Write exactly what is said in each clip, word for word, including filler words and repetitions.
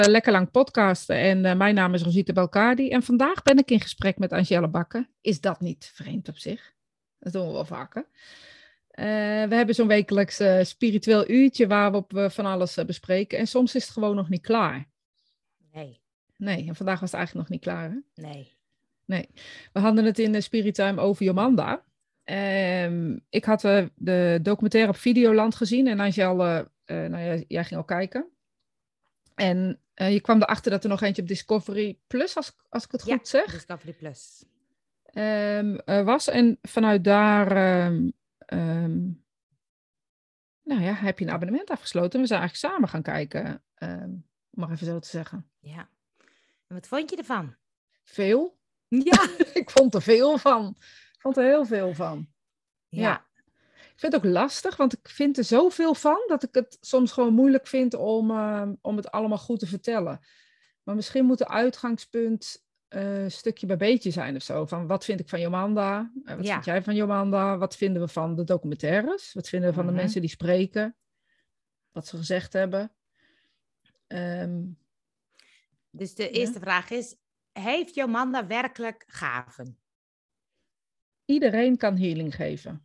Lekker Lang podcasten en uh, mijn naam is Rosita Belkadi en vandaag ben ik in gesprek met Angelle Bakker. Is dat niet vreemd op zich? Dat doen we wel vaker. Uh, we hebben zo'n wekelijks uh, spiritueel uurtje waarop we van alles uh, bespreken en soms is het gewoon nog niet klaar. Nee. Nee, en vandaag was het eigenlijk nog niet klaar, hè? Nee. Nee. We hadden het in de Spiritime over Jomanda. Um, ik had uh, de documentaire op Videoland gezien en Angelle, uh, nou ja, jij ging al kijken. En uh, je kwam erachter dat er nog eentje op Discovery Plus, als, als ik het ja, goed zeg. Discovery Plus. Um, uh, was en vanuit daar, um, um, nou ja, heb je een abonnement afgesloten. We zijn eigenlijk samen gaan kijken, um, om maar even zo te zeggen. Ja. En wat vond je ervan? Veel. Ja. Ik vond er veel van. Ik vond er heel veel van. Ja. ja. Ik vind het ook lastig, want ik vind er zoveel van dat ik het soms gewoon moeilijk vind om, uh, om het allemaal goed te vertellen. Maar misschien moet de uitgangspunt uh, stukje bij beetje zijn of zo. Van wat vind ik van Jomanda? Uh, wat ja. vind jij van Jomanda? Wat vinden we van de documentaires? Wat vinden we van uh-huh. de mensen die spreken? Wat ze gezegd hebben? Um, dus de eerste ja. vraag is, heeft Jomanda werkelijk gaven? Iedereen kan healing geven.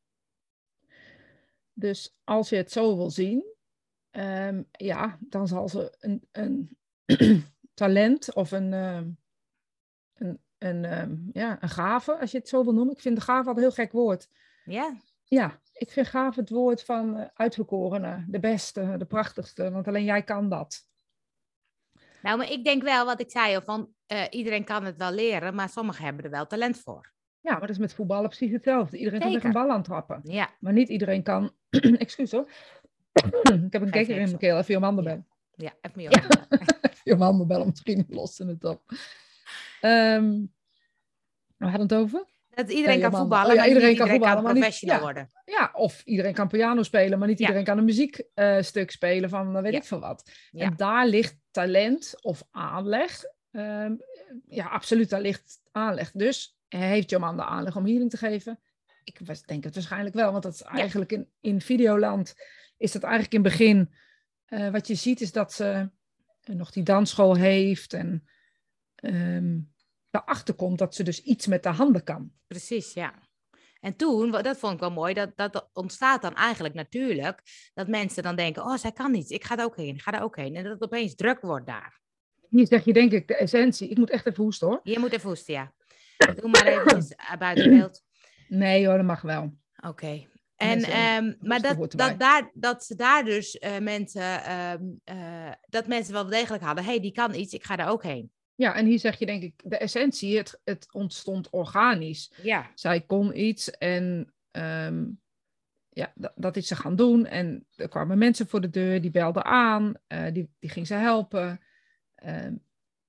Dus als je het zo wil zien, um, ja, dan zal ze een, een talent of een, um, een, een, um, ja, een gave, als je het zo wil noemen. Ik vind de gave al een heel gek woord. Ja? Ja, ik vind gave het woord van uh, uitverkorene, de beste, de prachtigste, want alleen jij kan dat. Nou, maar ik denk wel wat ik zei, van uh, iedereen kan het wel leren, maar sommigen hebben er wel talent voor. Ja, maar dat is met voetballen precies hetzelfde. Iedereen Zeker. kan tegen een bal aantrappen. Ja. Maar niet iedereen kan... Excuus hoor. Ik heb een kekker in mijn keel. Even Jomanda bellen. Ja, ja, even Jomanda bellen. Even Jomanda bellen, misschien lossen het op. Um, we hadden het over? Dat iedereen ja, kan voetballen, oh, ja, maar iedereen niet kan iedereen voetballen, kan professional niet, ja, worden. Ja, of iedereen kan piano spelen, maar niet ja. iedereen kan een muziekstuk uh, spelen van uh, weet ja. ik veel wat. Ja. En daar ligt talent of aanleg. Um, ja, absoluut, daar ligt aanleg. Dus heeft Jomanda aanleg om healing te geven? Ik denk het waarschijnlijk wel, want dat is eigenlijk ja. in, in Videoland is dat eigenlijk in het begin. Uh, wat je ziet is dat ze uh, nog die dansschool heeft en um, daarachter komt dat ze dus iets met de handen kan. Precies, ja. En toen, dat vond ik wel mooi, dat, dat ontstaat dan eigenlijk natuurlijk, dat mensen dan denken, oh, zij kan iets, ik ga er ook heen, ik ga er ook heen. En dat het opeens druk wordt daar. Hier zeg je denk ik de essentie. Ik moet echt even hoesten hoor. Je moet even hoesten, ja. Doe maar even buiten beeld. Nee hoor, dat mag wel. Oké. Okay. En, um, maar dat, dat, daar, dat ze daar dus uh, mensen, um, uh, dat mensen wel degelijk hadden, hé, hey, die kan iets, ik ga daar ook heen. Ja, en hier zeg je denk ik de essentie, het, het ontstond organisch. Ja. Zij kon iets en um, ja, dat, dat is ze gaan doen. En er kwamen mensen voor de deur, die belden aan, uh, die, die ging ze helpen. Um,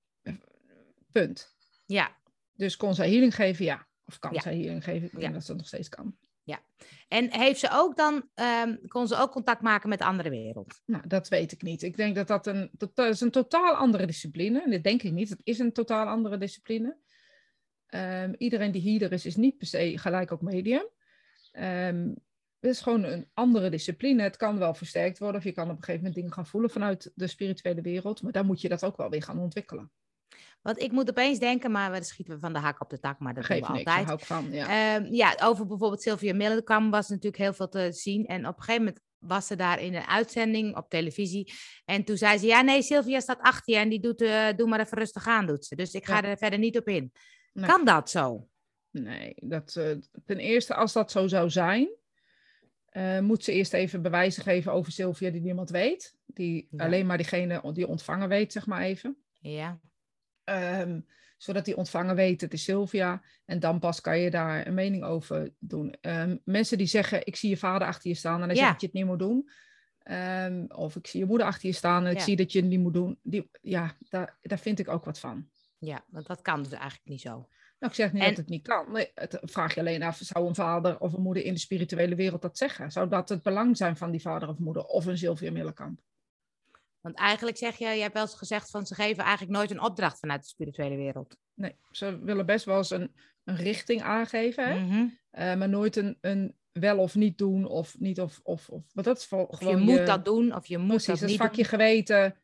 punt. Ja. Dus kon zij healing geven? Ja. Of kan ja. zij healing geven? Ik denk ja. dat ze dat nog steeds kan. Ja. En heeft ze ook dan, um, kon ze ook contact maken met de andere wereld? Nou, dat weet ik niet. Ik denk dat dat een, dat is een totaal andere discipline. En dat denk ik niet. Het is een totaal andere discipline. Um, iedereen die healer is, is niet per se gelijk ook medium. Um, het is gewoon een andere discipline. Het kan wel versterkt worden. Of je kan op een gegeven moment dingen gaan voelen vanuit de spirituele wereld. Maar dan moet je dat ook wel weer gaan ontwikkelen. Want ik moet opeens denken, maar dan schieten we van de hak op de tak, maar dat Geef doen we niks, altijd. Daar hou ik van, ja. Um, ja, over bijvoorbeeld Sylvia Millenkamp was natuurlijk heel veel te zien. En op een gegeven moment was ze daar in een uitzending op televisie. En toen zei ze, ja nee, Sylvia staat achter je en die doet, uh, doe maar even rustig aan, doet ze. Dus ik ga ja. er verder niet op in. Nee. Kan dat zo? Nee, dat, uh, ten eerste als dat zo zou zijn, uh, moet ze eerst even bewijzen geven over Sylvia die niemand weet. Die ja. alleen maar diegene die ontvangen weet, zeg maar even. Ja. Um, zodat die ontvangen weet, het is Sylvia. En dan pas kan je daar een mening over doen. Um, mensen die zeggen, ik zie je vader achter je staan en hij ja. zegt dat je het niet moet doen. Um, of ik zie je moeder achter je staan en ik ja. zie dat je het niet moet doen. Die, ja, daar, daar vind ik ook wat van. Ja, want dat kan dus eigenlijk niet zo. Nou, ik zeg niet en... dat het niet kan. Nee, het vraag je alleen af, zou een vader of een moeder in de spirituele wereld dat zeggen? Zou dat het belang zijn van die vader of moeder of een Sylvia Millenkamp? Want eigenlijk zeg je, je hebt wel eens gezegd van ze geven eigenlijk nooit een opdracht vanuit de spirituele wereld. Nee, ze willen best wel eens een, een richting aangeven, hè? Mm-hmm. Uh, maar nooit een, een wel of niet doen of niet of... Of, of, maar dat is voor, of gewoon je moet je... dat doen of je moet Precies, dat, dat niet is vakje doen. geweten.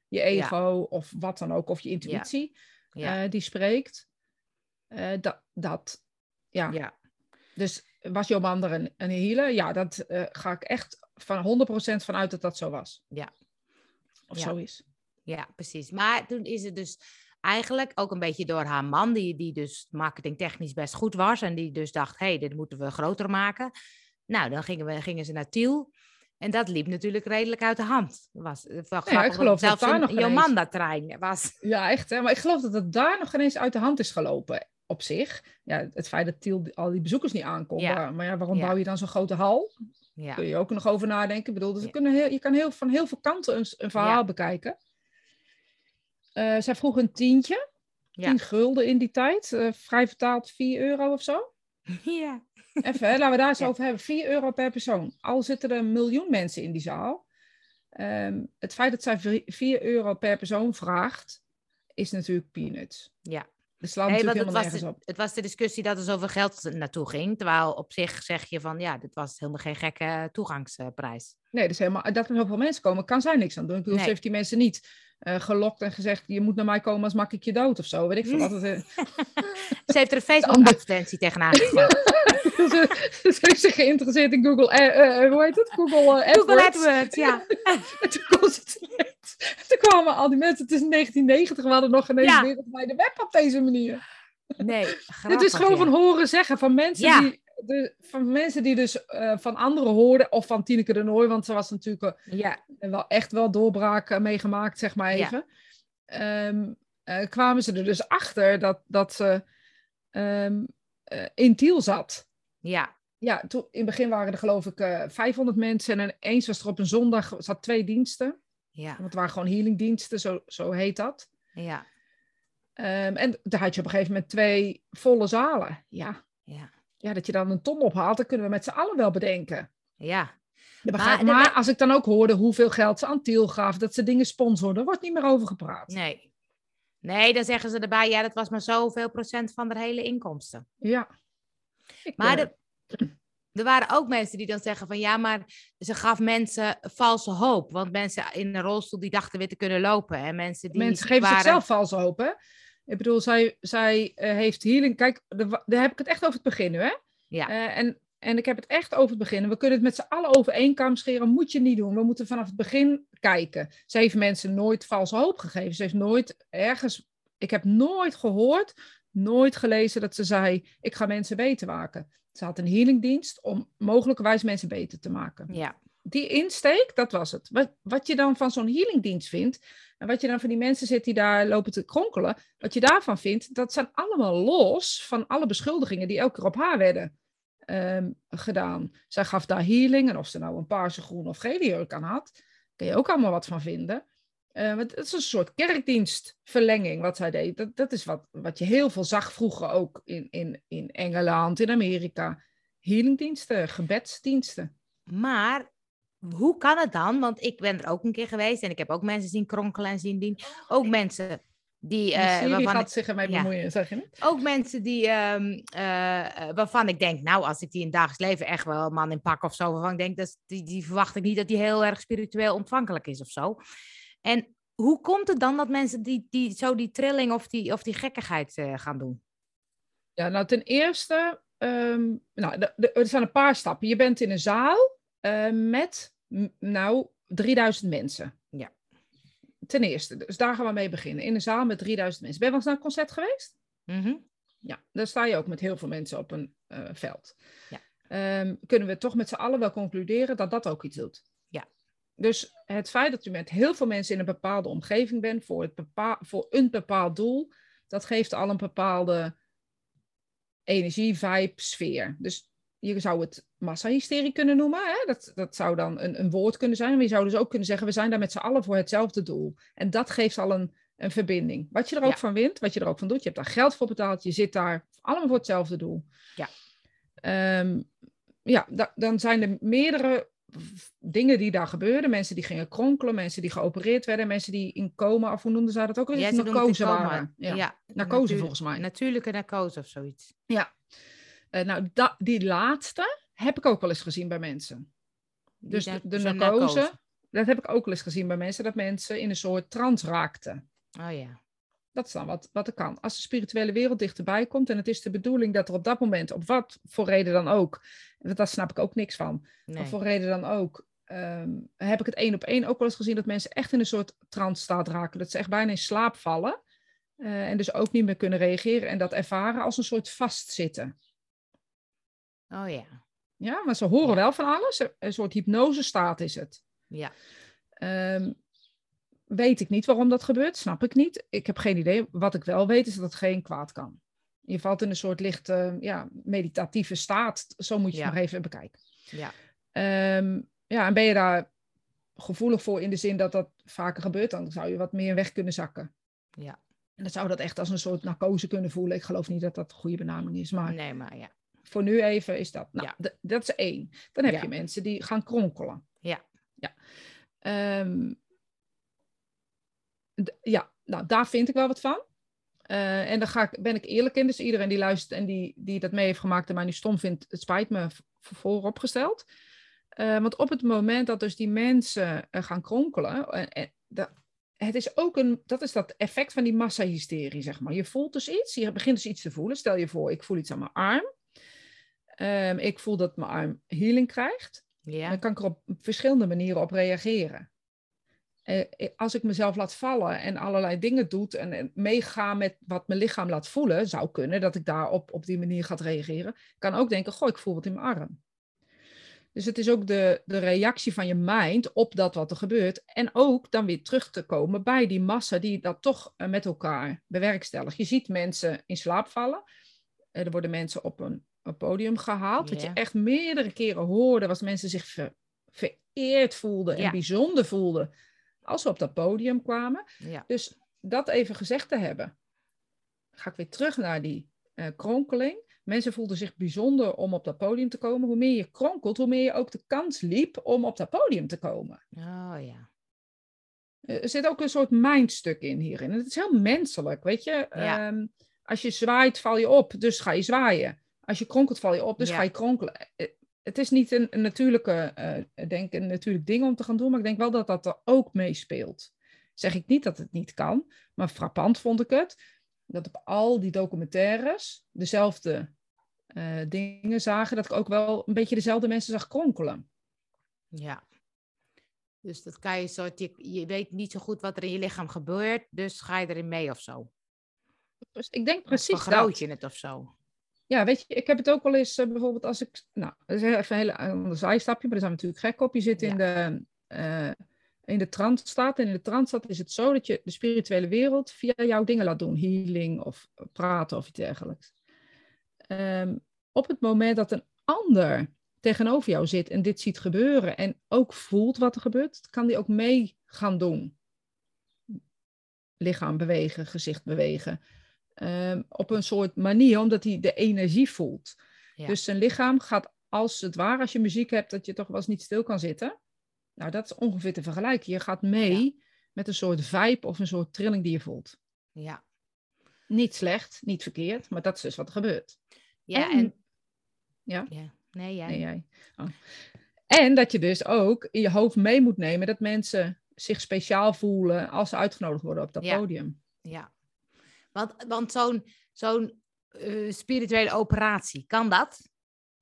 je ego ja. of wat dan ook, of je intuïtie ja. Ja. Uh, die spreekt. Uh, dat, dat, ja. ja. Dus was Jomanda een, een healer? Ja, dat uh, ga ik echt van honderd procent vanuit dat dat zo was. Ja. Of ja. zo is. Ja, precies. Maar toen is het dus eigenlijk ook een beetje door haar man, die, die dus marketingtechnisch best goed was en die dus dacht, hé, hey, dit moeten we groter maken. Nou, dan gingen, we, gingen ze naar Tiel. En dat liep natuurlijk redelijk uit de hand. Was, wel grappig, ja, ik geloof zelfs dat daar nog een Jomanda-trein was. Ja, echt. Hè? Maar ik geloof dat het daar nog ineens uit de hand is gelopen op zich. Ja, het feit dat Tiel al die bezoekers niet aankomt. Ja. Maar ja, waarom ja. bouw je dan zo'n grote hal? Ja. Kun je ook nog over nadenken. Ik bedoel, dus ja. kunnen heel, je kan heel, van heel veel kanten een, een verhaal ja. bekijken. Uh, zij vroeg een tientje. Ja. Tien gulden in die tijd. Uh, vrij vertaald vier euro of zo. Ja. Even, hè, laten we daar eens ja. over hebben. vier euro per persoon. Al zitten er een miljoen mensen in die zaal. Um, het feit dat zij vier euro per persoon vraagt, is natuurlijk peanuts. Ja. Het slaat nee, natuurlijk helemaal nergens de, op. Het was de discussie dat er zoveel geld naartoe ging. Terwijl op zich zeg je van, ja, dit was helemaal geen gekke toegangsprijs. Nee, dus helemaal, dat er zoveel mensen komen, kan zij niks aan doen. Ik bedoel, nee. Ze heeft die mensen niet uh, gelokt en gezegd, je moet naar mij komen als mak ik je dood of zo. Weet ik veel wat het is. Ze heeft er een Facebook-advertentie tegenaan gegooid. ze, ze heeft zich geïnteresseerd in Google, uh, uh, hoe heet het? Google uh, AdWords. Google AdWords, ja. En toen kon ze het niet. Toen kwamen al die mensen, het is negentien negentig, we hadden nog geen ja. wereldwijde web op deze manier. Nee, grappig, dit is gewoon ja. van horen zeggen, van mensen ja. die... De, van mensen die dus uh, van anderen hoorden, of van Tineke de Nooi, want ze was natuurlijk uh, ja. wel echt wel doorbraak uh, meegemaakt, zeg maar even. Ja. Um, uh, kwamen ze er dus achter dat, dat ze um, uh, in Tiel zat. Ja. Ja, toen, in het begin waren er geloof ik uh, vijfhonderd mensen en eens was er op een zondag, zat twee diensten. Ja. Want het waren gewoon healingdiensten, zo, zo heet dat. Ja. Um, en daar had je op een gegeven moment twee volle zalen. Ja. Ja. Ja, dat je dan een ton ophaalt, dat kunnen we met z'n allen wel bedenken. Ja. Maar, maar de... als ik dan ook hoorde hoeveel geld ze aan Tiel gaven, dat ze dingen sponsoren, wordt niet meer over gepraat. Nee. Nee, dan zeggen ze erbij, ja, dat was maar zoveel procent van de hele inkomsten. Ja. Ik, maar de, er waren ook mensen die dan zeggen van, ja, maar ze gaf mensen valse hoop. Want mensen in een rolstoel die dachten weer te kunnen lopen. En mensen die mensen geven waren... zichzelf valse hoop, hè? Ik bedoel, zij, zij uh, heeft healing... Kijk, daar heb ik het echt over het begin nu, hè? Ja. Uh, en, en ik heb het echt over het begin. We kunnen het met z'n allen over één kam scheren. Moet je niet doen. We moeten vanaf het begin kijken. Ze heeft mensen nooit valse hoop gegeven. Ze heeft nooit ergens... Ik heb nooit gehoord, nooit gelezen dat ze zei... Ik ga mensen beter maken. Ze had een healingdienst om mogelijkerwijs mensen beter te maken. Ja. Die insteek, dat was het. Wat, wat je dan van zo'n healingdienst vindt... En wat je dan van die mensen zit die daar lopen te kronkelen... Wat je daarvan vindt, dat zijn allemaal los... van alle beschuldigingen die elke keer op haar werden um, gedaan. Zij gaf daar healing... en of ze nou een paarse, groen of gele jurk aan had... kun je ook allemaal wat van vinden. Uh, het is een soort kerkdienstverlenging wat zij deed. Dat, dat is wat, wat je heel veel zag vroeger ook in, in, in Engeland, in Amerika. Healingdiensten, gebedsdiensten. Maar... Hoe kan het dan? Want ik ben er ook een keer geweest en ik heb ook mensen zien kronkelen en zien dienen. Ook mensen die... Uh, Siri gaat ik, zich ermee bemoeien, ja. Zeg je niet? Ook mensen die, um, uh, waarvan ik denk, nou, als ik die in het dagelijks leven echt wel een man in pak of zo, waarvan ik denk, dat die, die verwacht ik niet dat die heel erg spiritueel ontvankelijk is of zo. En hoe komt het dan dat mensen die, die, zo die trilling of die, of die gekkigheid uh, gaan doen? Ja, nou ten eerste, um, nou, de, de, er zijn een paar stappen. Je bent in een zaal... Uh, met, nou, drieduizend mensen. Ja. Ten eerste, dus daar gaan we mee beginnen. In een zaal met drieduizend mensen. Ben je wel eens naar een concert geweest? Mm-hmm. Ja, daar sta je ook met heel veel mensen op een uh, veld. Ja. Um, kunnen we toch met z'n allen wel concluderen dat dat ook iets doet? Ja. Dus het feit dat je met heel veel mensen in een bepaalde omgeving bent, voor, het bepaal, voor een bepaald doel, dat geeft al een bepaalde energie, vibe, sfeer. Dus je zou het massahysterie kunnen noemen. Hè? Dat, dat zou dan een, een woord kunnen zijn. Maar je zou dus ook kunnen zeggen, we zijn daar met z'n allen voor hetzelfde doel. En dat geeft al een, een verbinding. Wat je er ook ja. van wint, wat je er ook van doet. Je hebt daar geld voor betaald. Je zit daar allemaal voor hetzelfde doel. Ja, um, ja da, dan zijn er meerdere dingen die daar gebeurden. Mensen die gingen kronkelen. Mensen die geopereerd werden. Mensen die in coma, of hoe noemden ze dat ook? Ja, narcose waren. Ja, ja. narcose Natuur, volgens mij. Natuurlijke narcose of zoiets. Ja. Uh, nou, da, die laatste heb ik ook wel eens gezien bij mensen. Dus de, de narcose, narcose, Dat heb ik ook wel eens gezien bij mensen, dat mensen in een soort trance raakten. Oh ja. Dat is dan wat, wat er kan. Als de spirituele wereld dichterbij komt en het is de bedoeling dat er op dat moment, op wat voor reden dan ook, want daar snap ik ook niks van, Nee. wat voor reden dan ook, um, heb ik het één op één ook wel eens gezien dat mensen echt in een soort trance staat raken. Dat ze echt bijna in slaap vallen uh, en dus ook niet meer kunnen reageren en dat ervaren als een soort vastzitten. Oh ja. Ja, maar ze horen Ja. wel van alles. Een soort hypnosestaat is het. Ja. Um, weet ik niet waarom dat gebeurt, snap ik niet. Ik heb geen idee. Wat ik wel weet is dat het geen kwaad kan. Je valt in een soort licht uh, ja, meditatieve staat. Zo moet je Ja. het maar even bekijken. Ja. Um, ja, en ben je daar gevoelig voor in de zin dat dat vaker gebeurt, dan zou je wat meer weg kunnen zakken. Ja. En dan zou dat echt als een soort narcose kunnen voelen. Ik geloof niet dat dat een goede benaming is, maar... Nee, maar ja. Voor nu even is dat. Nou, ja. d- dat is één. Dan heb ja. je mensen die gaan kronkelen. Ja. Ja. Um, d- ja, nou, daar vind ik wel wat van. Uh, en daar ga ik, ben ik eerlijk in. Dus iedereen die luistert en die, die dat mee heeft gemaakt en mij nu stom vindt, het spijt me v- vooropgesteld. Uh, want op het moment dat dus die mensen uh, gaan kronkelen, uh, uh, dat, het is ook een, dat is dat effect van die massahysterie, zeg maar. Je voelt dus iets, je begint dus iets te voelen. Stel je voor, ik voel iets aan mijn arm. Um, ik voel dat mijn arm healing krijgt. Ja. Dan kan ik er op verschillende manieren op reageren. Uh, als ik mezelf laat vallen en allerlei dingen doe en, en meega met wat mijn lichaam laat voelen, zou kunnen dat ik daarop op die manier ga reageren. Ik kan ook denken, goh, ik voel wat in mijn arm. Dus het is ook de, de reactie van je mind op dat wat er gebeurt. En ook dan weer terug te komen bij die massa die dat toch uh, met elkaar bewerkstelligt. Je ziet mensen in slaap vallen. Uh, er worden mensen op een een podium gehaald. Yeah. Dat je echt meerdere keren hoorde, was mensen zich ver, vereerd voelden en yeah. bijzonder voelden als ze op dat podium kwamen. Yeah. Dus dat even gezegd te hebben. Ga ik weer terug naar die uh, kronkeling. Mensen voelden zich bijzonder om op dat podium te komen. Hoe meer je kronkelt, hoe meer je ook de kans liep om op dat podium te komen. Oh ja. Uh, er zit ook een soort mindstuk in hierin. En het is heel menselijk, weet je. Yeah. Um, als je zwaait, val je op, dus ga je zwaaien. Als je kronkelt, val je op, dus ja. ga je kronkelen. Het is niet een, een natuurlijke, uh, denk, een natuurlijk ding om te gaan doen, maar ik denk wel dat dat er ook meespeelt. Zeg ik niet dat het niet kan, maar frappant vond ik het, dat op al die documentaires dezelfde uh, dingen zagen, dat ik ook wel een beetje dezelfde mensen zag kronkelen. Ja. Dus dat kan je soort, je, je weet niet zo goed wat er in je lichaam gebeurt, dus ga je erin mee of zo. Dus ik denk precies of vergroot dat. je het of zo. Ja, weet je, ik heb het ook wel eens uh, bijvoorbeeld als ik... Nou, dat is even een hele ander zijstapje, maar daar zijn we natuurlijk gek op. Je zit in, ja. de, uh, in de trance-staat. En in de trance-staat is het zo dat je de spirituele wereld via jou dingen laat doen. Healing of praten of iets dergelijks. Um, op het moment dat een ander tegenover jou zit en dit ziet gebeuren en ook voelt wat er gebeurt, kan die ook mee gaan doen. Lichaam bewegen, gezicht bewegen. Um, op een soort manier, omdat hij de energie voelt. Ja. Dus zijn lichaam gaat als het ware, als je muziek hebt, dat je toch wel eens niet stil kan zitten. Nou, dat is ongeveer te vergelijken. Je gaat mee ja. met een soort vibe of een soort trilling die je voelt. Ja. Niet slecht, niet verkeerd, maar dat is dus wat er gebeurt. Ja, en... en... Ja? ja. Nee, jij. Nee, jij. Oh. En dat je dus ook in je hoofd mee moet nemen dat mensen zich speciaal voelen als ze uitgenodigd worden op dat ja. podium. Ja. Want, want zo'n, zo'n uh, spirituele operatie, kan dat?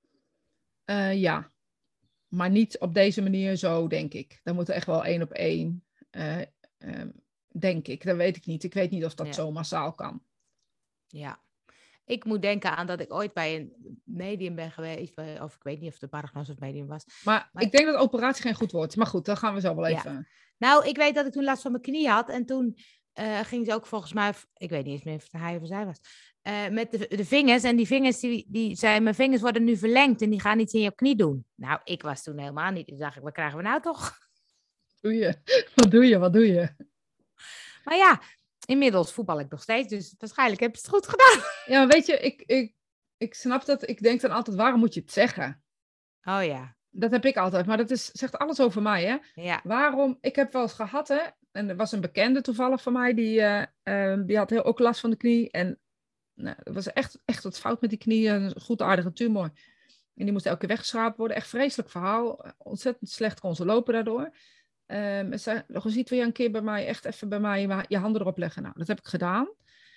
Uh, ja, maar niet op deze manier zo, denk ik. Dan moet er echt wel één op één, uh, uh, denk ik. Dat weet ik niet. Ik weet niet of dat ja. zo massaal kan. Ja. Ik moet denken aan dat ik ooit bij een medium ben geweest, of ik weet niet of het een paragnos of medium was. Maar, maar ik denk dat operatie geen goed woord is. Maar goed, dan gaan we zo wel even... Ja. Nou, ik weet dat ik toen last van mijn knie had en toen... Uh, ging ze ook volgens mij, ik weet niet eens meer of het hij of zij was, uh, met de, de vingers. En die vingers, die, die zei, mijn vingers worden nu verlengd en die gaan iets in je knie doen. Nou, ik was toen helemaal niet. Dus dacht ik, wat krijgen we nou toch? Wat doe je? Wat doe je? Wat doe je? Maar ja, inmiddels voetbal ik nog steeds, dus waarschijnlijk heb je het goed gedaan. Ja, weet je, ik, ik, ik snap dat. Ik denk dan altijd, waarom moet je het zeggen? Oh ja. Dat heb ik altijd, maar dat is, zegt alles over mij, hè? Ja. Waarom? Ik heb wel eens gehad, hè? En er was een bekende toevallig van mij, die, uh, uh, die had heel, ook last van de knie. En nou, er was echt, echt wat fout met die knie, een goed aardige tumor. En die moest elke keer weggeschraapt worden. Echt vreselijk verhaal. Ontzettend slecht kon ze lopen daardoor. Um, ze zei, nog ziet wil je een keer bij mij, echt even bij mij je handen erop leggen. Nou, dat heb ik gedaan.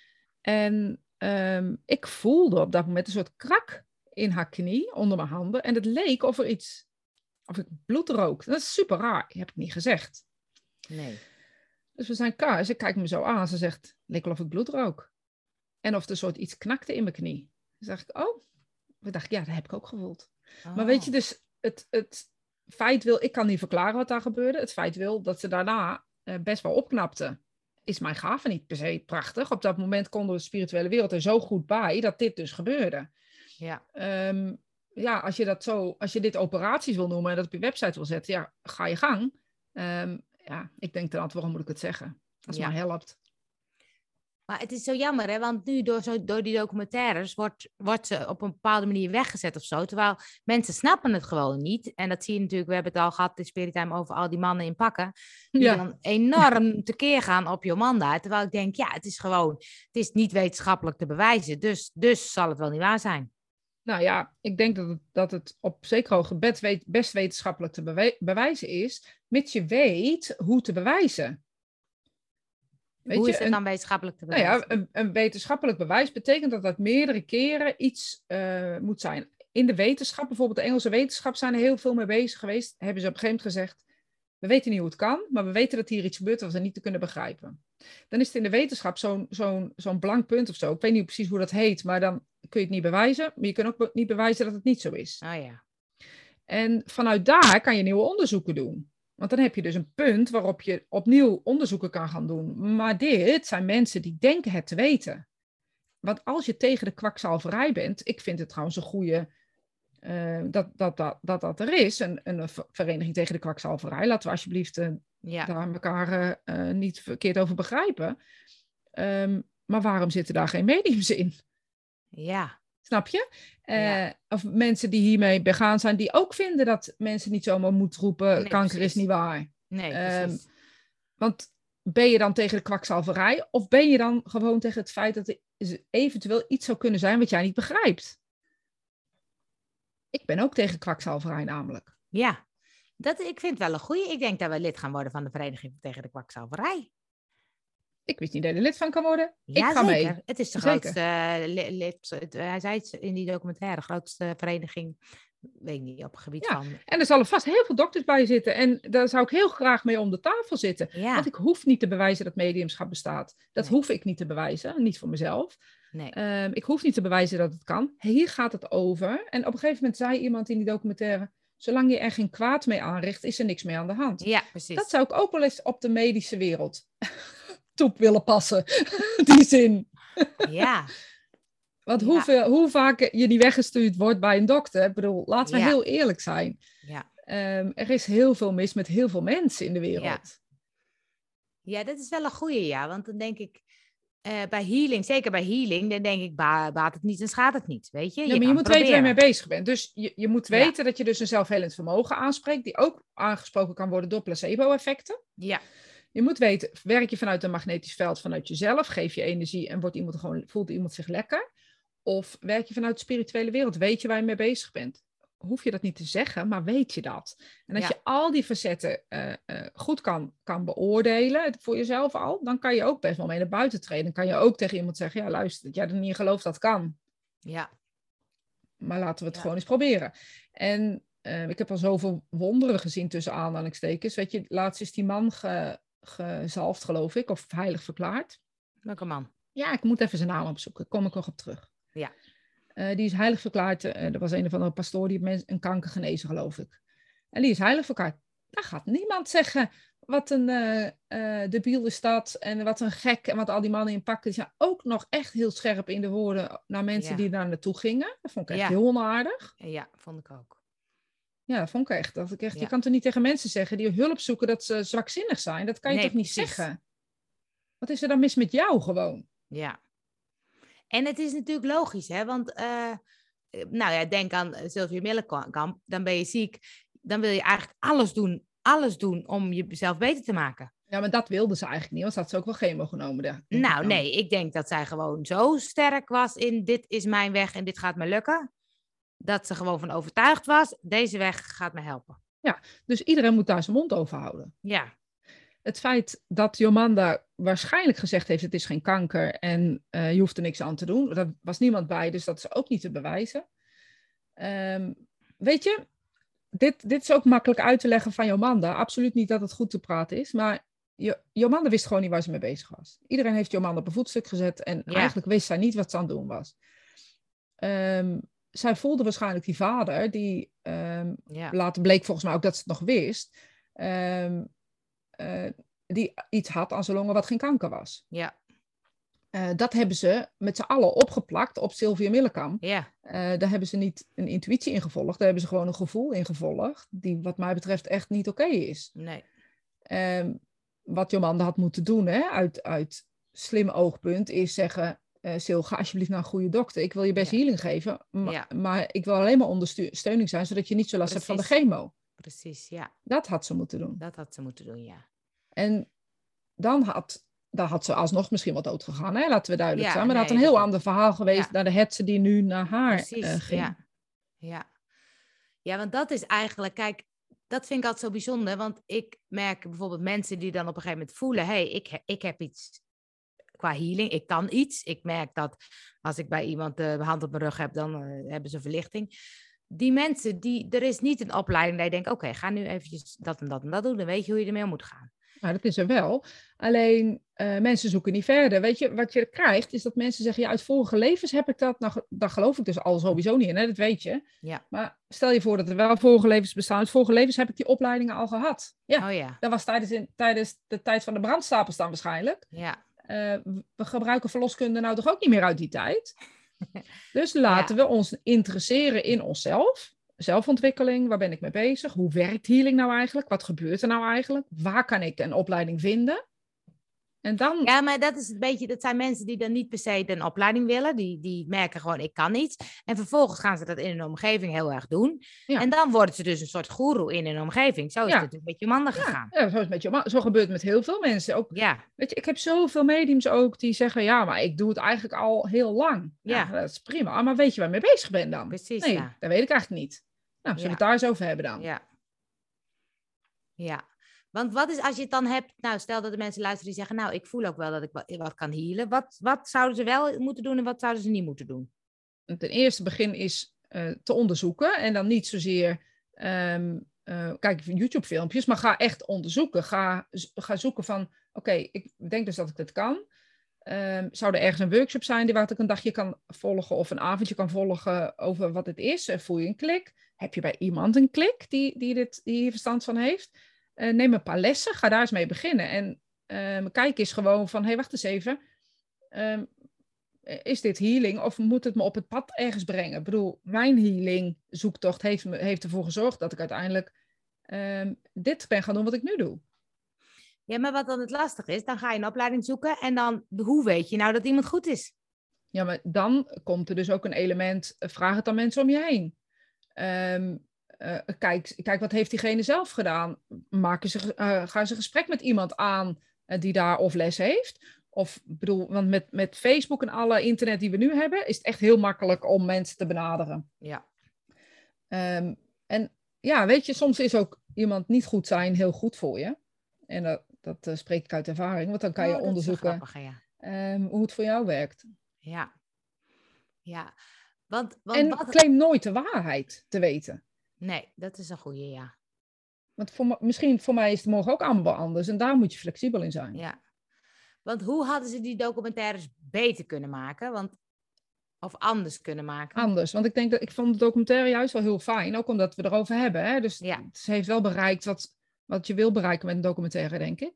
En um, ik voelde op dat moment een soort krak in haar knie, onder mijn handen. En het leek of er iets, of ik bloed rook. Dat is super raar, heb ik niet gezegd. Nee. Dus we zijn klaar. Ze kijkt me zo aan. Ze zegt, het leek wel of ik bloed rook. En of er een soort iets knakte in mijn knie. Dus dacht ik, oh. Ik dacht, ja, dat heb ik ook gevoeld. Oh. Maar weet je, dus het, het feit wil, ik kan niet verklaren wat daar gebeurde. Het feit wil dat ze daarna uh, best wel opknapte. Is mijn gave niet per se prachtig. Op dat moment konden we de spirituele wereld er zo goed bij dat dit dus gebeurde. Ja. Um, ja, als je dat zo, als je dit operaties wil noemen en dat op je website wil zetten, ja, ga je gang. Um, ja, ik denk dan, waarom moet ik het zeggen? Als het ja. maar helpt. Maar het is zo jammer, hè? Want nu door, zo, door die documentaires wordt, wordt ze op een bepaalde manier weggezet of zo. Terwijl mensen snappen het gewoon niet. En dat zie je natuurlijk, we hebben het al gehad in Spiritime over al die mannen in pakken. Die ja. dan enorm tekeer gaan op Jomanda. Terwijl ik denk, ja, het is gewoon, het is niet wetenschappelijk te bewijzen. Dus, dus zal het wel niet waar zijn. Nou ja, ik denk dat het, dat het op zeker hoge bed weet, best wetenschappelijk te bewe- bewijzen is. Mits je weet hoe te bewijzen. Weet Hoe je, is het een, dan wetenschappelijk te bewijzen? Nou ja, een, een wetenschappelijk bewijs betekent dat dat meerdere keren iets uh, moet zijn. In de wetenschap, bijvoorbeeld de Engelse wetenschap, zijn er heel veel mee bezig geweest. Hebben ze op een gegeven moment gezegd, we weten niet hoe het kan, maar we weten dat hier iets gebeurt wat we niet te kunnen begrijpen. Dan is het in de wetenschap zo'n, zo'n, zo'n blank punt of zo. Ik weet niet precies hoe dat heet, maar dan kun je het niet bewijzen. Maar je kunt ook niet bewijzen dat het niet zo is. Oh ja. En vanuit daar kan je nieuwe onderzoeken doen. Want dan heb je dus een punt waarop je opnieuw onderzoeken kan gaan doen. Maar dit zijn mensen die denken het te weten. Want als je tegen de kwakzalverij bent, ik vind het trouwens een goede, uh, dat, dat, dat, dat dat er is, een, een vereniging tegen de kwakzalverij. Laten we alsjeblieft uh, ja. daar elkaar uh, niet verkeerd over begrijpen. Um, maar waarom zitten daar geen mediums in? Ja. Snap je? Uh, Ja. Of mensen die hiermee begaan zijn, die ook vinden dat mensen niet zomaar moeten roepen, nee, kanker precies. is niet waar. Nee, precies. Um, want ben je dan tegen de kwakzalverij, of ben je dan gewoon tegen het feit dat er eventueel iets zou kunnen zijn wat jij niet begrijpt? Ik ben ook tegen kwakzalverij namelijk. Ja, dat, ik vind het wel een goeie. Ik denk dat we lid gaan worden van de Vereniging tegen de Kwakzalverij. Ik wist niet dat je er lid van kan worden. Ja, ik ga zeker. mee. Het is de zeker. grootste uh, lid, het, hij zei het in die documentaire, grootste vereniging, weet ik niet, op het gebied ja. van... En er zullen vast heel veel dokters bij zitten. En daar zou ik heel graag mee om de tafel zitten. Ja. Want ik hoef niet te bewijzen dat mediumschap bestaat. Dat Nee. hoef ik niet te bewijzen. Niet voor mezelf. Nee. Um, ik hoef niet te bewijzen dat het kan. Hier gaat het over. En op een gegeven moment zei iemand in die documentaire, zolang je er geen kwaad mee aanricht, is er niks mee aan de hand. Ja, precies. Dat zou ik ook wel eens op de medische wereld toe willen passen. Die zin. Ja. Want ja. hoeveel, hoe vaak je niet weggestuurd wordt bij een dokter. Ik bedoel, laten we ja. heel eerlijk zijn. Ja. Um, er is heel veel mis met heel veel mensen in de wereld. Ja, ja dat is wel een goeie, ja. Want dan denk ik, uh, bij healing, zeker bij healing, dan denk ik, ba- baat het niet en schaadt het niet. Weet je? Ja, je, maar je moet proberen. weten waar je mee bezig bent. Dus je, je moet weten ja. dat je dus een zelfhelend vermogen aanspreekt, die ook aangesproken kan worden door placebo-effecten. Ja. Je moet weten, werk je vanuit een magnetisch veld vanuit jezelf, geef je energie en wordt iemand gewoon, voelt iemand zich lekker? Of werk je vanuit de spirituele wereld? Weet je waar je mee bezig bent? Hoef je dat niet te zeggen, maar weet je dat? En als ja. je al die facetten uh, uh, goed kan, kan beoordelen voor jezelf al, dan kan je ook best wel mee naar buiten treden. Dan kan je ook tegen iemand zeggen, ja luister, dat jij er niet in gelooft, dat kan. Ja. Maar laten we het ja. gewoon eens proberen. En uh, ik heb al zoveel wonderen gezien tussen aanhalingstekens. Weet je, laatst is die man ge, gezalfd, geloof ik, of heilig verklaard. Welke man? Ja, ik moet even zijn naam opzoeken. Daar kom ik nog op terug. Ja. Uh, die is heilig verklaard. Uh, er was een of andere pastoor die heeft een kanker genezen, geloof ik. En die is heilig verklaard. Daar gaat niemand zeggen wat een uh, uh, debiel is dat en wat een gek en wat al die mannen in pakken. Die zijn ook nog echt heel scherp in de woorden naar mensen ja. die daar naartoe gingen. Dat vond ik echt ja. heel onaardig. Ja, vond ik ook. Ja, dat vond ik echt. Dat ik echt ja. Je kan toch niet tegen mensen zeggen die hulp zoeken dat ze zwakzinnig zijn? Dat kan je nee, toch niet precies. zeggen? Wat is er dan mis met jou gewoon? Ja. En het is natuurlijk logisch, hè? Want, uh, nou ja, denk aan Sylvia Millenkamp. Dan ben je ziek. Dan wil je eigenlijk alles doen, alles doen om jezelf beter te maken. Ja, maar dat wilde ze eigenlijk niet, want ze had ze ook wel chemo genomen. Daar, nou, nee, ik denk dat zij gewoon zo sterk was in dit is mijn weg en dit gaat me lukken. Dat ze gewoon van overtuigd was, deze weg gaat me helpen. Dus iedereen moet daar zijn mond over houden. Ja. Het feit dat Jomanda waarschijnlijk gezegd heeft, het is geen kanker en uh, je hoeft er niks aan te doen. Daar was niemand bij, dus dat is ook niet te bewijzen. Um, weet je, dit, dit is ook makkelijk uit te leggen van Jomanda. Absoluut niet dat het goed te praten is, maar Jomanda wist gewoon niet waar ze mee bezig was. Iedereen heeft Jomanda op een voetstuk gezet en ja. eigenlijk wist zij niet wat ze aan het doen was. Um, zij voelde waarschijnlijk die vader, die um, ja. later bleek volgens mij ook dat ze het nog wist, um, uh, die iets had aan zijn longen wat geen kanker was. Ja. Uh, dat hebben ze met z'n allen opgeplakt op Sylvia Millekam. Ja. Uh, daar hebben ze niet een intuïtie in gevolgd, daar hebben ze gewoon een gevoel in gevolgd, die wat mij betreft echt niet oké okay is. Nee. Um, wat Jomanda had moeten doen, hè, uit, uit slim oogpunt, is zeggen, uh, Sil, ga alsjeblieft naar een goede dokter. Ik wil je best ja. healing geven, ma- ja. maar ik wil alleen maar ondersteuning zijn, zodat je niet zo last Precies. hebt van de chemo. Precies, ja. Dat had ze moeten doen. Dat had ze moeten doen, ja. En dan had, dan had ze alsnog misschien wat dood gegaan, hè? Laten we duidelijk ja, zijn. Maar nee, dat had een heel dat... ander verhaal geweest ja. naar de hetze die nu naar haar Precies, uh, ging. Ja. Ja. ja, want dat is eigenlijk, kijk, dat vind ik altijd zo bijzonder. Want ik merk bijvoorbeeld mensen die dan op een gegeven moment voelen, hé, hey, ik, ik heb iets qua healing, ik kan iets. Ik merk dat als ik bij iemand de hand op mijn rug heb, dan uh, hebben ze verlichting. Die mensen, die, er is niet een opleiding dat je denkt, oké, okay, ga nu eventjes dat en dat en dat doen. Dan weet je hoe je ermee om moet gaan. Nou, dat is er wel. Alleen, uh, mensen zoeken niet verder. Weet je, wat je krijgt, is dat mensen zeggen, ja, uit vorige levens heb ik dat. Nou, daar geloof ik dus al sowieso niet in, hè? Dat weet je. Ja. Maar stel je voor dat er wel vorige levens bestaan. Uit vorige levens heb ik die opleidingen al gehad. Ja, oh, ja. Dat was tijdens, in, tijdens de tijd van de brandstapels dan waarschijnlijk. Ja. Uh, we gebruiken verloskunde nou toch ook niet meer uit die tijd. Dus laten ja. we ons interesseren in onszelf. Zelfontwikkeling, waar ben ik mee bezig? Hoe werkt healing nou eigenlijk? Wat gebeurt er nou eigenlijk? Waar kan ik een opleiding vinden? En dan... Ja, maar dat is een beetje, dat zijn mensen die dan niet per se een opleiding willen. Die, die merken gewoon, ik kan iets. En vervolgens gaan ze dat in hun omgeving heel erg doen. Ja. En dan worden ze dus een soort goeroe in hun omgeving. Zo is ja. het natuurlijk met Jomanda gegaan. Ja, ja, zo is het met Jomanda. Zo gebeurt het met heel veel mensen. Ook, ja. Weet je, ik heb zoveel mediums ook die zeggen, ja, maar ik doe het eigenlijk al heel lang. Ja, ja dat is prima. Maar weet je waar je mee bezig bent dan? Precies, nee, ja. dat weet ik eigenlijk niet. Nou, zullen we ja. het daar eens over hebben dan? Ja. Ja. Want wat is als je het dan hebt, nou stel dat de mensen luisteren die zeggen, nou ik voel ook wel dat ik wat kan healen. Wat, wat zouden ze wel moeten doen en wat zouden ze niet moeten doen? Ten eerste begin is uh, te onderzoeken en dan niet zozeer um, uh, kijk YouTube filmpjes, maar ga echt onderzoeken. Ga, ga zoeken van, oké, okay, ik denk dus dat ik dit kan. Um, zou er ergens een workshop zijn die waar ik een dagje kan volgen of een avondje kan volgen over wat het is? Voel je een klik? Heb je bij iemand een klik die, die, dit, die hier verstand van heeft? Uh, neem een paar lessen, ga daar eens mee beginnen. En um, kijk eens gewoon van, hé, hey, wacht eens even. Um, is dit healing of moet het me op het pad ergens brengen? Ik bedoel, mijn healing zoektocht heeft, me, heeft ervoor gezorgd dat ik uiteindelijk um, dit ben gaan doen wat ik nu doe. Ja, maar wat dan het lastig is, dan ga je een opleiding zoeken en dan, hoe weet je nou dat iemand goed is? Ja, maar dan komt er dus ook een element, vraag het aan mensen om je heen. Um, Uh, kijk, kijk, wat heeft diegene zelf gedaan? Maken ze, uh, gaan ze een gesprek met iemand aan uh, die daar of les heeft? Of, bedoel, want met, met Facebook en alle internet die we nu hebben, is het echt heel makkelijk om mensen te benaderen. Ja. Um, en ja, weet je, soms is ook iemand niet goed zijn heel goed voor je. En dat, dat uh, spreek ik uit ervaring, want dan kan je oh, onderzoeken grappig, ja. um, hoe het voor jou werkt. Ja. Ja. Want, want, en wat... claim nooit de waarheid te weten. Nee, dat is een goeie, ja. Want voor, misschien voor mij is het morgen ook allemaal anders. En daar moet je flexibel in zijn. Ja. Want hoe hadden ze die documentaires beter kunnen maken? Want, of anders kunnen maken? Anders. Want ik denk dat ik vond de documentaire juist wel heel fijn. Ook omdat we erover hebben. Hè? Dus ja. ze heeft wel bereikt wat, wat je wil bereiken met een documentaire, denk ik.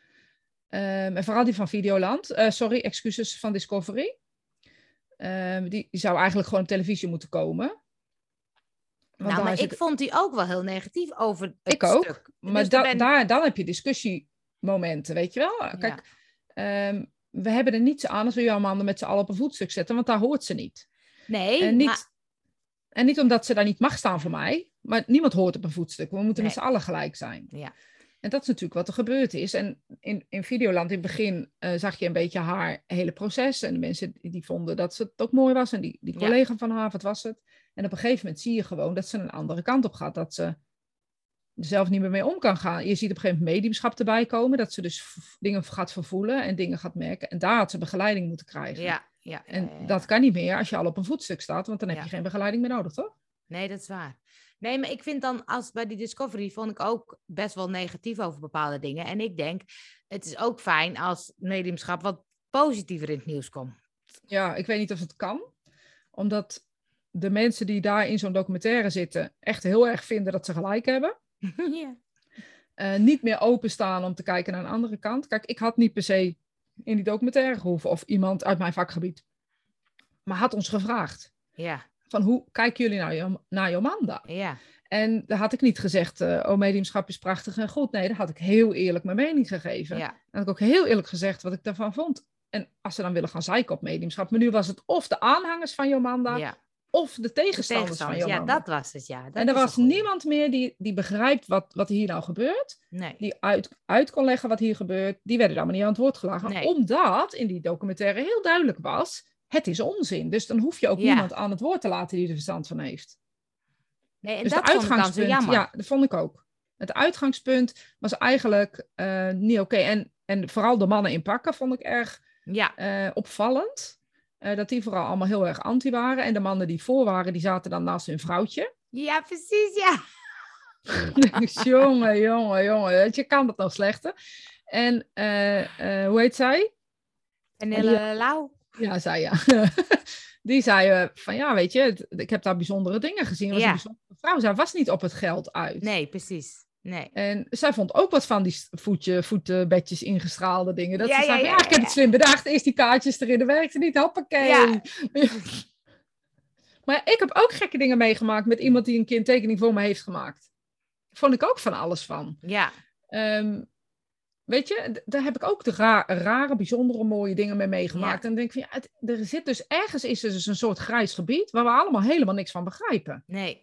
Um, en vooral die van Videoland. Uh, sorry, excuses van Discovery. Um, die, die zou eigenlijk gewoon op televisie moeten komen. Want nou, maar ik, ik vond die ook wel heel negatief over het ik ook, stuk. Maar dus da- ben... daar, dan heb je discussiemomenten, weet je wel? Kijk, ja. um, we hebben er niets aan als we jouw mannen met z'n allen op een voetstuk zetten, want daar hoort ze niet. Nee, en niet, maar... En niet omdat ze daar niet mag staan voor mij, maar niemand hoort op een voetstuk. We moeten nee. met z'n allen gelijk zijn. Ja. En dat is natuurlijk wat er gebeurd is. En in, in Videoland in het begin uh, zag je een beetje haar hele proces. En de mensen die, die vonden dat ze het ook mooi was. En die, die collega ja. van haar, wat was het? En op een gegeven moment zie je gewoon dat ze een andere kant op gaat. Dat ze er zelf niet meer mee om kan gaan. Je ziet op een gegeven moment mediumschap erbij komen, dat ze dus v- dingen gaat vervoelen en dingen gaat merken. En daar had ze begeleiding moeten krijgen. Ja, ja, ja, En ja, ja. dat kan niet meer als je al op een voetstuk staat, want dan heb Ja. je geen begeleiding meer nodig, toch? Nee, dat is waar. Nee, maar ik vind dan, als bij die Discovery, vond ik ook best wel negatief over bepaalde dingen. En ik denk, het is ook fijn als mediumschap wat positiever in het nieuws komt. Ja, ik weet niet of het kan, omdat de mensen die daar in zo'n documentaire zitten echt heel erg vinden dat ze gelijk hebben. Ja. Uh, niet meer openstaan om te kijken naar een andere kant. Kijk, ik had niet per se in die documentaire gehoeven of iemand uit mijn vakgebied, maar had ons gevraagd Ja. van hoe kijken jullie naar, Jo- naar Jomanda? Ja. En daar had ik niet gezegd, uh, oh, mediumschap is prachtig en goed. Nee, daar had ik heel eerlijk mijn mening gegeven. Ja. En had ik ook heel eerlijk gezegd wat ik daarvan vond. En als ze dan willen gaan zeiken op mediumschap, maar nu was het of de aanhangers van Jomanda, Ja. of de De tegenstanders, van tegenstanders, ja, Jomanda. dat was het, ja. Dat en er is was een goeie. niemand meer die, die begrijpt wat, wat hier nou gebeurt. Nee. Die uit, uit kon leggen wat hier gebeurt. Die werden allemaal niet aan het woord gelaten. Nee. Omdat in die documentaire heel duidelijk was, het is onzin. Dus dan hoef je ook Ja. niemand aan het woord te laten die er verstand van heeft. Nee, en Dus dat de vond ik dan zo uitgangspunt, jammer. ja, dat vond ik ook. Het uitgangspunt was eigenlijk uh, niet oké. Okay. En, en vooral de mannen in pakken vond ik erg Ja. uh, opvallend. Uh, dat die vooral allemaal heel erg anti waren. En de mannen die voor waren, die zaten dan naast hun vrouwtje. Ja, precies, ja. jongen, jongen, jongen. Je kan dat nog slechter. En uh, uh, hoe heet zij? Pernille Lau. Ja, zij ja. Die zei uh, van ja, weet je, ik heb daar bijzondere dingen gezien. Was Ja. een bijzondere vrouw. Zij was niet op het geld uit. Nee, precies. Nee. En zij vond ook wat van die voetje, voetenbedjes ingestraalde dingen. Dat Ja, ze zei, ja, ja, ja, ja, ik heb ja. het slim bedacht. Eerst die kaartjes erin, dat werkte niet. Hoppakee. Ja. Maar ik heb ook gekke dingen meegemaakt met iemand die een keer een tekening voor me heeft gemaakt. Vond ik ook van alles van. Ja. Um, weet je, d- daar heb ik ook de ra- rare, bijzondere, mooie dingen mee meegemaakt. Ja. En dan denk ik van, ja, het, er zit dus ergens is er dus een soort grijs gebied waar we allemaal helemaal niks van begrijpen. Nee.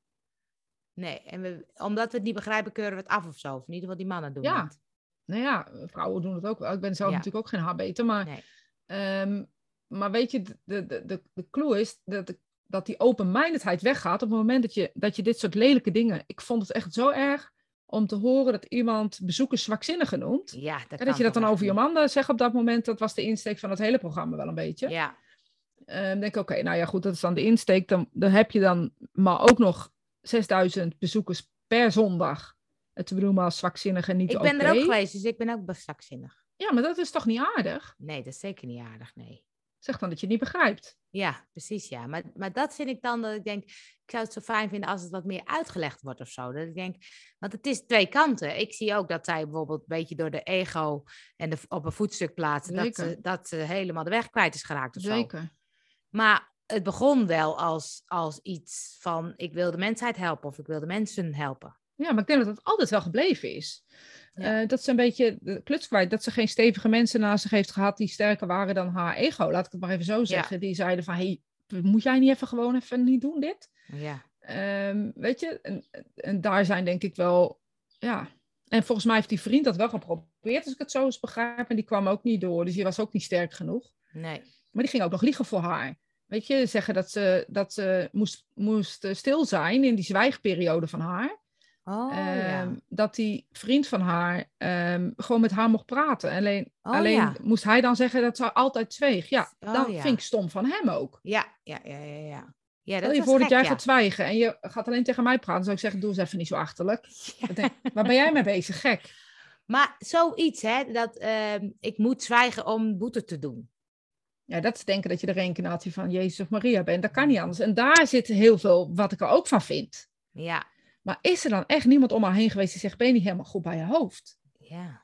Nee, en we, omdat we het niet begrijpen, keuren we het af of zo. Of in ieder geval die mannen doen Ja. het. Nou ja, vrouwen doen het ook wel. Ik ben zelf Ja. natuurlijk ook geen haarbeter, maar... Nee. Um, maar weet je, de, de, de, de clue is dat, dat die open-mindedheid weggaat op het moment dat je, dat je dit soort lelijke dingen... Ik vond het echt zo erg om te horen dat iemand bezoekers zwakzinnigen noemt. Ja, dat, En dat je dat dan over Jomanda zegt op dat moment, dat was de insteek van het hele programma wel een beetje. Ja. Um, denk ik, oké, okay, nou ja goed, dat is dan de insteek. Dan, dan heb je dan maar ook nog zesduizend bezoekers per zondag. Het bedoel maar als zwakzinnigen niet oké. Ik ben er ook geweest, dus ik ben ook best zwakzinnig. Ja, maar dat is toch niet aardig? Nee, dat is zeker niet aardig, nee. Zeg dan dat je het niet begrijpt. Ja, precies, ja. Maar, maar dat vind ik dan dat ik denk, ik zou het zo fijn vinden als het wat meer uitgelegd wordt of zo. Dat ik denk, want het is twee kanten. Ik zie ook dat zij bijvoorbeeld een beetje door de ego en de, op een voetstuk plaatsen, dat ze, dat ze helemaal de weg kwijt is geraakt of Zeker. zo. Maar het begon wel als, als iets van, ik wil de mensheid helpen of ik wil de mensen helpen. Ja, maar ik denk dat het altijd wel gebleven is. Ja. Uh, dat ze een beetje de kluts kwijt, dat ze geen stevige mensen naast zich heeft gehad die sterker waren dan haar ego. Laat ik het maar even zo zeggen. Ja. Die zeiden van, hey, moet jij niet even gewoon even niet doen dit? Ja. Um, weet je, en, en daar zijn denk ik wel, ja. En volgens mij heeft die vriend dat wel geprobeerd, als ik het zo eens begrijp. En die kwam ook niet door, dus die was ook niet sterk genoeg. Nee. Maar die ging ook nog liegen voor haar. Weet je, zeggen dat ze, dat ze moest, moest stil zijn in die zwijgperiode van haar. Oh, um, ja. Dat die vriend van haar um, gewoon met haar mocht praten. Alleen, oh, alleen ja. moest hij dan zeggen dat ze altijd zweeg. Ja, oh, dan ja. vind ik stom van hem ook. Ja, ja, ja, ja. ja. ja dat Stel je was voor gek, dat jij ja. gaat zwijgen en je gaat alleen tegen mij praten. Dan zou ik zeggen, doe eens even niet zo achterlijk. Ja. Dan denk, waar ben jij mee bezig? Gek. Maar zoiets, hè, dat uh, ik moet zwijgen om boete te doen. Ja, dat is denken dat je de reïncarnatie van Jezus of Maria bent. Dat kan niet anders. En daar zit heel veel wat ik er ook van vind. Ja. Maar is er dan echt niemand om haar heen geweest die zegt, ben je niet helemaal goed bij je hoofd? Ja.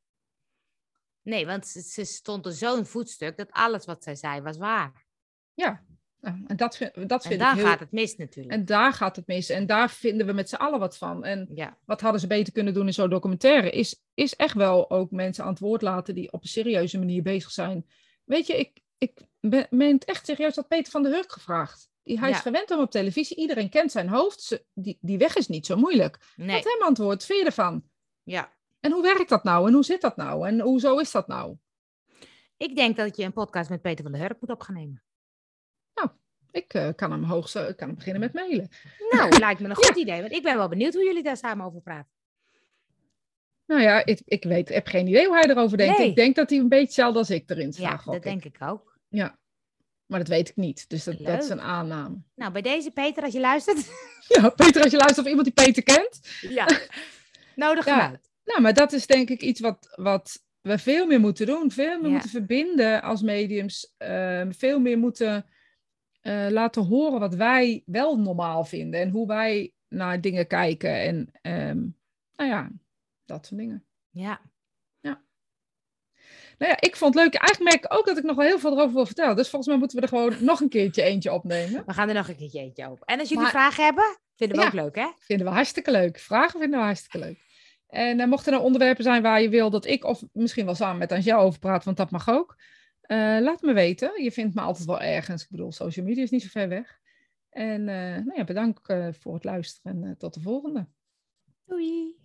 Nee, want ze, ze stond er zo'n voetstuk dat alles wat zij zei was waar. Ja, nou, en dat, vind, dat vind en daar ik heel... gaat het mis natuurlijk. En daar gaat het mis. En daar vinden we met z'n allen wat van. En ja. wat hadden ze beter kunnen doen in zo'n documentaire? Is, is echt wel ook mensen aan het woord laten die op een serieuze manier bezig zijn. Weet je, ik, ik ben, meen het echt serieus dat Peter van der Hurk gevraagd. Die, hij ja. is gewend om op televisie. Iedereen kent zijn hoofd. Ze, die, die weg is niet zo moeilijk. Nee. Wat hem antwoord, wat vind je ervan? Ja. En hoe werkt dat nou? En hoe zit dat nou? En hoezo is dat nou? Ik denk dat je een podcast met Peter van der Hurk moet op gaan nemen. Nou, Ik uh, kan hem hoogst, uh, kan hem beginnen met mailen. Nou, lijkt me een goed ja. idee. Want ik ben wel benieuwd hoe jullie daar samen over praten. Nou ja, ik, ik weet, heb geen idee hoe hij erover denkt. Nee. Ik denk dat hij een beetje hetzelfde als ik erin sta. Ja, dat ik. denk ik ook. Ja, maar dat weet ik niet. Dus dat, dat is een aanname. Nou, bij deze Peter, als je luistert. Ja, Peter, als je luistert of iemand die Peter kent. Ja, nodig hem ja. uit. Nou, maar dat is denk ik iets wat, wat we veel meer moeten doen. Veel meer Ja. moeten verbinden als mediums. Uh, veel meer moeten uh, laten horen wat wij wel normaal vinden. En hoe wij naar dingen kijken. En um, nou ja, dat soort dingen. Ja. Ja. Nou ja, ik vond het leuk. Eigenlijk merk ik ook dat ik nog wel heel veel erover wil vertellen. Dus volgens mij moeten we er gewoon nog een keertje eentje opnemen. We gaan er nog een keertje eentje op. En als jullie maar, vragen hebben, vinden we ja, ook leuk, hè? Vinden we hartstikke leuk. Vragen vinden we hartstikke leuk. En uh, mochten er onderwerpen zijn waar je wil dat ik of misschien wel samen met Angel over praat, want dat mag ook. Uh, laat me weten. Je vindt me altijd wel ergens. Ik bedoel, social media is niet zo ver weg. En uh, nou ja, bedankt uh, voor het luisteren en uh, tot de volgende. Doei!